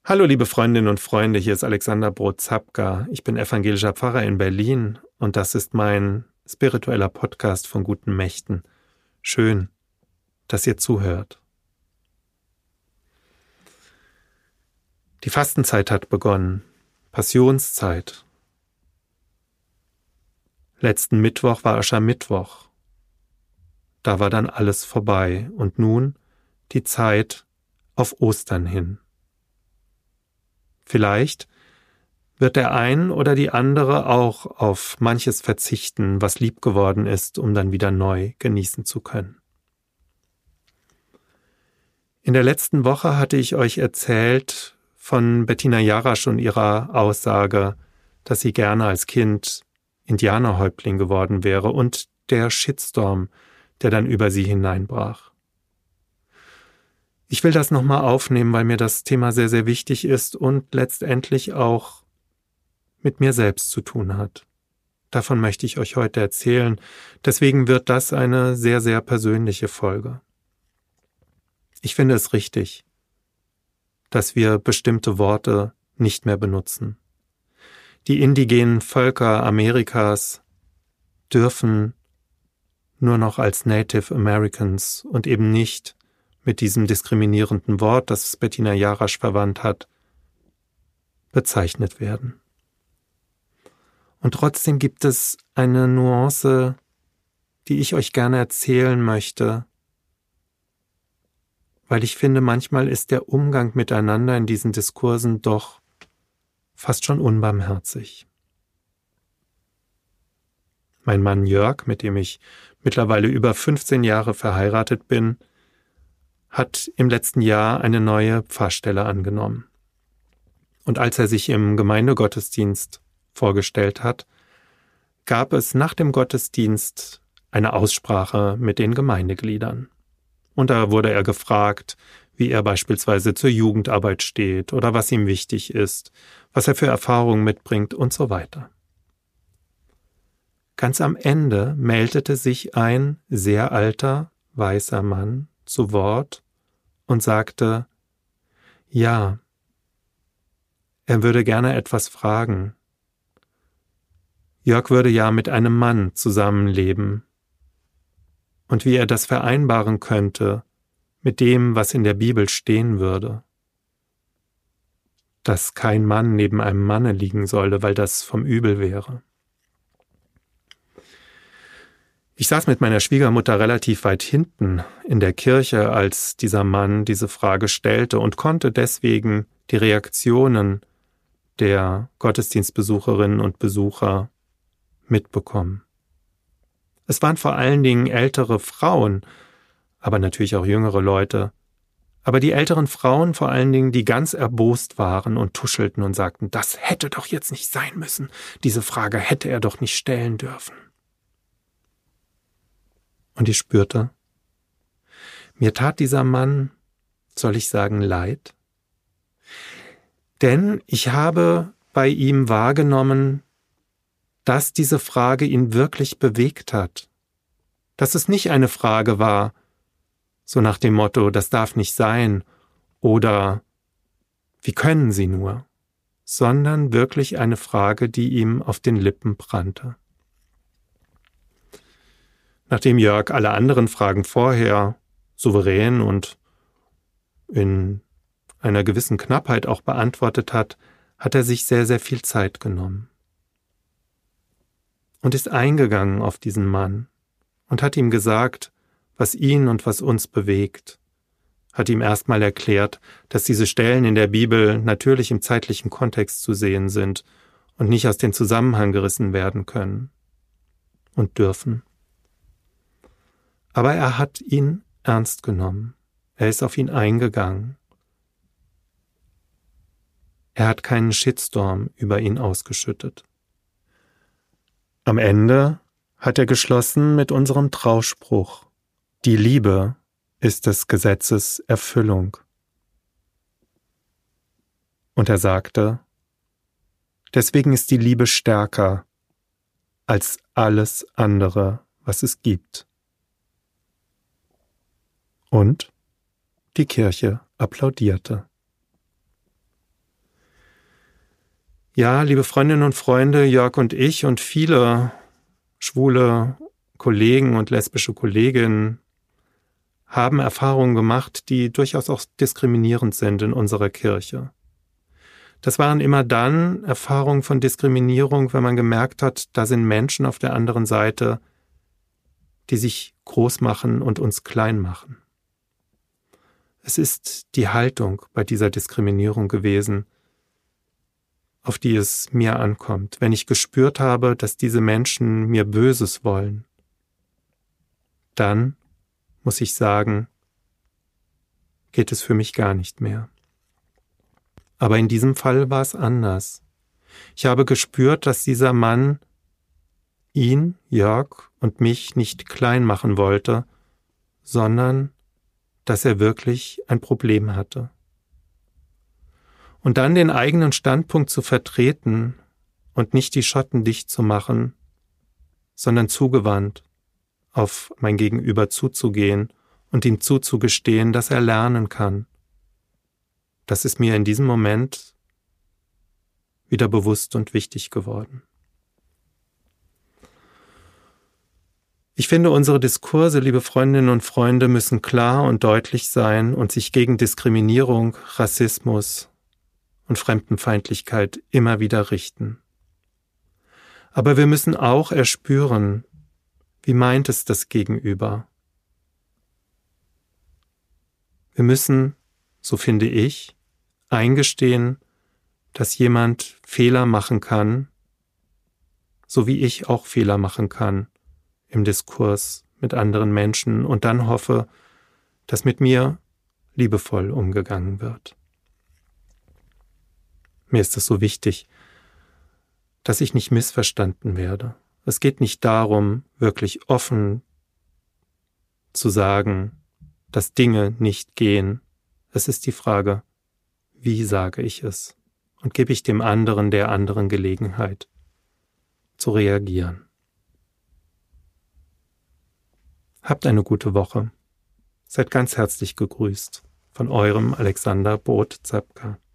Hallo liebe Freundinnen und Freunde, hier ist Alexander Brot-Zapka. Ich bin evangelischer Pfarrer in Berlin und das ist mein spiritueller Podcast von guten Mächten. Schön, dass ihr zuhört. Die Fastenzeit hat begonnen, Passionszeit. Letzten Mittwoch war Aschermittwoch. Da war dann alles vorbei und nun die Zeit auf Ostern hin. Vielleicht wird der ein oder die andere auch auf manches verzichten, was lieb geworden ist, um dann wieder neu genießen zu können. In der letzten Woche hatte ich euch erzählt von Bettina Jarasch und ihrer Aussage, dass sie gerne als Kind Indianerhäuptling geworden wäre und der Shitstorm, der dann über sie hineinbrach. Ich will das nochmal aufnehmen, weil mir das Thema sehr, sehr wichtig ist und letztendlich auch mit mir selbst zu tun hat. Davon möchte ich euch heute erzählen. Deswegen wird das eine sehr, sehr persönliche Folge. Ich finde es richtig, dass wir bestimmte Worte nicht mehr benutzen. Die indigenen Völker Amerikas dürfen nur noch als Native Americans und eben nicht mit diesem diskriminierenden Wort, das Bettina Jarasch verwandt hat, bezeichnet werden. Und trotzdem gibt es eine Nuance, die ich euch gerne erzählen möchte, weil ich finde, manchmal ist der Umgang miteinander in diesen Diskursen doch fast schon unbarmherzig. Mein Mann Jörg, mit dem ich mittlerweile über 15 Jahre verheiratet bin, hat im letzten Jahr eine neue Pfarrstelle angenommen. Und als er sich im Gemeindegottesdienst vorgestellt hat, gab es nach dem Gottesdienst eine Aussprache mit den Gemeindegliedern. Und da wurde er gefragt, wie er beispielsweise zur Jugendarbeit steht oder was ihm wichtig ist, was er für Erfahrungen mitbringt und so weiter. Ganz am Ende meldete sich ein sehr alter, weißer Mann zu Wort und sagte, ja, er würde gerne etwas fragen. Jörg würde ja mit einem Mann zusammenleben. Und wie er das vereinbaren könnte mit dem, was in der Bibel stehen würde. Dass kein Mann neben einem Manne liegen solle, weil das vom Übel wäre. Ich saß mit meiner Schwiegermutter relativ weit hinten in der Kirche, als dieser Mann diese Frage stellte und konnte deswegen die Reaktionen der Gottesdienstbesucherinnen und Besucher mitbekommen. Es waren vor allen Dingen ältere Frauen, aber natürlich auch jüngere Leute. Aber die älteren Frauen vor allen Dingen, die ganz erbost waren und tuschelten und sagten, das hätte doch jetzt nicht sein müssen, diese Frage hätte er doch nicht stellen dürfen. Und ich spürte, mir tat dieser Mann, soll ich sagen, leid. Denn ich habe bei ihm wahrgenommen, dass diese Frage ihn wirklich bewegt hat. Dass es nicht eine Frage war, so nach dem Motto, das darf nicht sein oder wie können Sie nur, sondern wirklich eine Frage, die ihm auf den Lippen brannte. Nachdem Jörg alle anderen Fragen vorher souverän und in einer gewissen Knappheit auch beantwortet hat, hat er sich sehr, sehr viel Zeit genommen. Und ist eingegangen auf diesen Mann und hat ihm gesagt, was ihn und was uns bewegt. Hat ihm erstmal erklärt, dass diese Stellen in der Bibel natürlich im zeitlichen Kontext zu sehen sind und nicht aus dem Zusammenhang gerissen werden können und dürfen. Aber er hat ihn ernst genommen. Er ist auf ihn eingegangen. Er hat keinen Shitstorm über ihn ausgeschüttet. Am Ende hat er geschlossen mit unserem Trauspruch: Die Liebe ist des Gesetzes Erfüllung. Und er sagte, deswegen ist die Liebe stärker als alles andere, was es gibt. Und die Kirche applaudierte. Ja, liebe Freundinnen und Freunde, Jörg und ich und viele schwule Kollegen und lesbische Kolleginnen haben Erfahrungen gemacht, die durchaus auch diskriminierend sind in unserer Kirche. Das waren immer dann Erfahrungen von Diskriminierung, wenn man gemerkt hat, da sind Menschen auf der anderen Seite, die sich groß machen und uns klein machen. Es ist die Haltung bei dieser Diskriminierung gewesen, auf die es mir ankommt, wenn ich gespürt habe, dass diese Menschen mir Böses wollen. Dann, muss ich sagen, geht es für mich gar nicht mehr. Aber in diesem Fall war es anders. Ich habe gespürt, dass dieser Mann ihn, Jörg und mich nicht klein machen wollte, sondern dass er wirklich ein Problem hatte. Und dann den eigenen Standpunkt zu vertreten und nicht die Schotten dicht zu machen, sondern zugewandt auf mein Gegenüber zuzugehen und ihm zuzugestehen, dass er lernen kann. Das ist mir in diesem Moment wieder bewusst und wichtig geworden. Ich finde, unsere Diskurse, liebe Freundinnen und Freunde, müssen klar und deutlich sein und sich gegen Diskriminierung, Rassismus und Fremdenfeindlichkeit immer wieder richten. Aber wir müssen auch erspüren, wie meint es das Gegenüber? Wir müssen, so finde ich, eingestehen, dass jemand Fehler machen kann, so wie ich auch Fehler machen kann im Diskurs mit anderen Menschen und dann hoffe, dass mit mir liebevoll umgegangen wird. Mir ist es so wichtig, dass ich nicht missverstanden werde. Es geht nicht darum, wirklich offen zu sagen, dass Dinge nicht gehen. Es ist die Frage, wie sage ich es? Und gebe ich dem anderen, der anderen Gelegenheit, zu reagieren. Habt eine gute Woche. Seid ganz herzlich gegrüßt von eurem Alexander Both-Zepka.